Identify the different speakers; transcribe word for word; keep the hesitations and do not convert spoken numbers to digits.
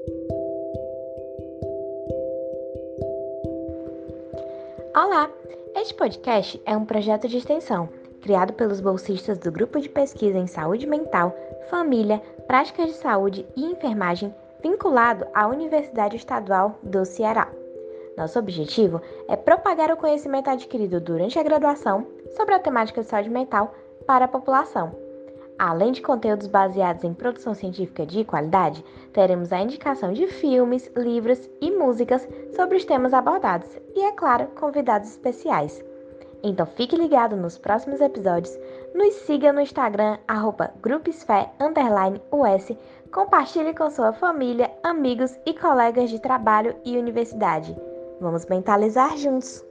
Speaker 1: Olá! Este podcast é um projeto de extensão criado pelos bolsistas do Grupo de Pesquisa em Saúde Mental, Família, Práticas de Saúde e Enfermagem, vinculado à Universidade Estadual do Ceará. Nosso objetivo é propagar o conhecimento adquirido durante a graduação sobre a temática de saúde mental para a população. Além de conteúdos baseados em produção científica de qualidade, teremos a indicação de filmes, livros e músicas sobre os temas abordados e, é claro, convidados especiais. Então fique ligado nos próximos episódios, nos siga no Instagram, arroba grupisfé, underline, us, compartilhe com sua família, amigos e colegas de trabalho e universidade. Vamos mentalizar juntos!